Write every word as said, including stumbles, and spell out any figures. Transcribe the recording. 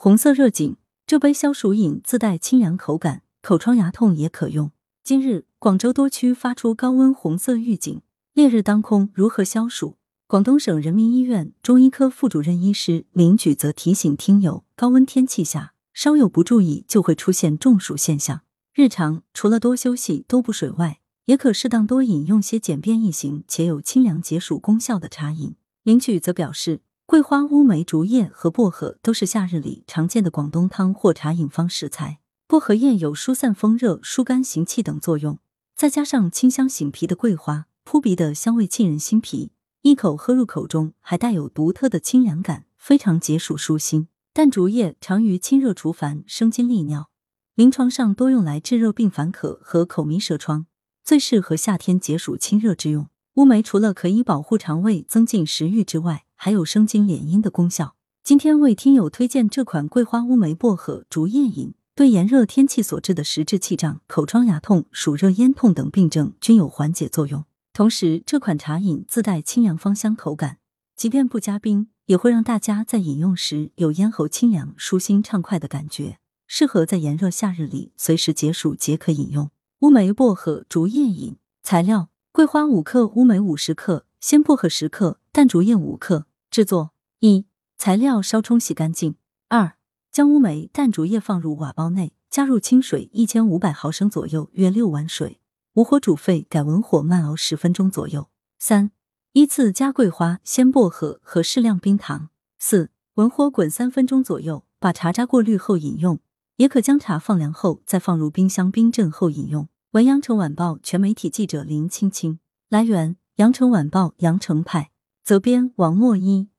红色热景，这杯消暑饮自带清凉口感，口疮牙痛也可用。今日，广州多区发出高温红色预警，烈日当空，如何消暑？广东省人民医院中医科副主任医师林举则提醒听友，高温天气下，稍有不注意就会出现中暑现象。日常除了多休息、多补水外，也可适当多饮用些简便易行且有清凉解暑功效的茶饮。林举则表示，桂花、乌梅、竹叶和薄荷都是夏日里常见的广东汤或茶饮方食材。薄荷叶有疏散风热、疏肝行气等作用，再加上清香醒脾的桂花，扑鼻的香味沁人心脾，一口喝入口中还带有独特的清凉感，非常解暑舒心。但竹叶常于清热除烦、生津利尿，临床上多用来治热病烦渴和口迷舌疮，最适合夏天解暑清热之用。乌梅除了可以保护肠胃、增进食欲之外，还有生津敛阴的功效。今天为听友推荐这款桂花乌梅薄荷竹叶饮，对炎热天气所致的实质气胀、口疮牙痛、暑热咽痛等病症均有缓解作用。同时，这款茶饮自带清凉芳香口感，即便不加冰，也会让大家在饮用时有咽喉清凉、舒心畅快的感觉，适合在炎热夏日里随时解暑即可饮用。乌梅薄荷竹叶饮材料：桂花五克，乌梅五十克，鲜薄荷十克，淡竹叶五克。制作：一、材料烧冲洗干净。二、将乌梅、淡竹叶放入瓦煲内，加入清水一千五百毫升左右，约六碗水，无火煮沸，改文火慢熬十分钟左右。三、依次加桂花、鲜薄荷和适量冰糖。四、文火滚三分钟左右，把茶渣过滤后饮用，也可将茶放凉后再放入冰箱冰镇后饮用。文羊城晚报全媒体记者林青青。来源：羊城晚报羊城派。责编：王墨一。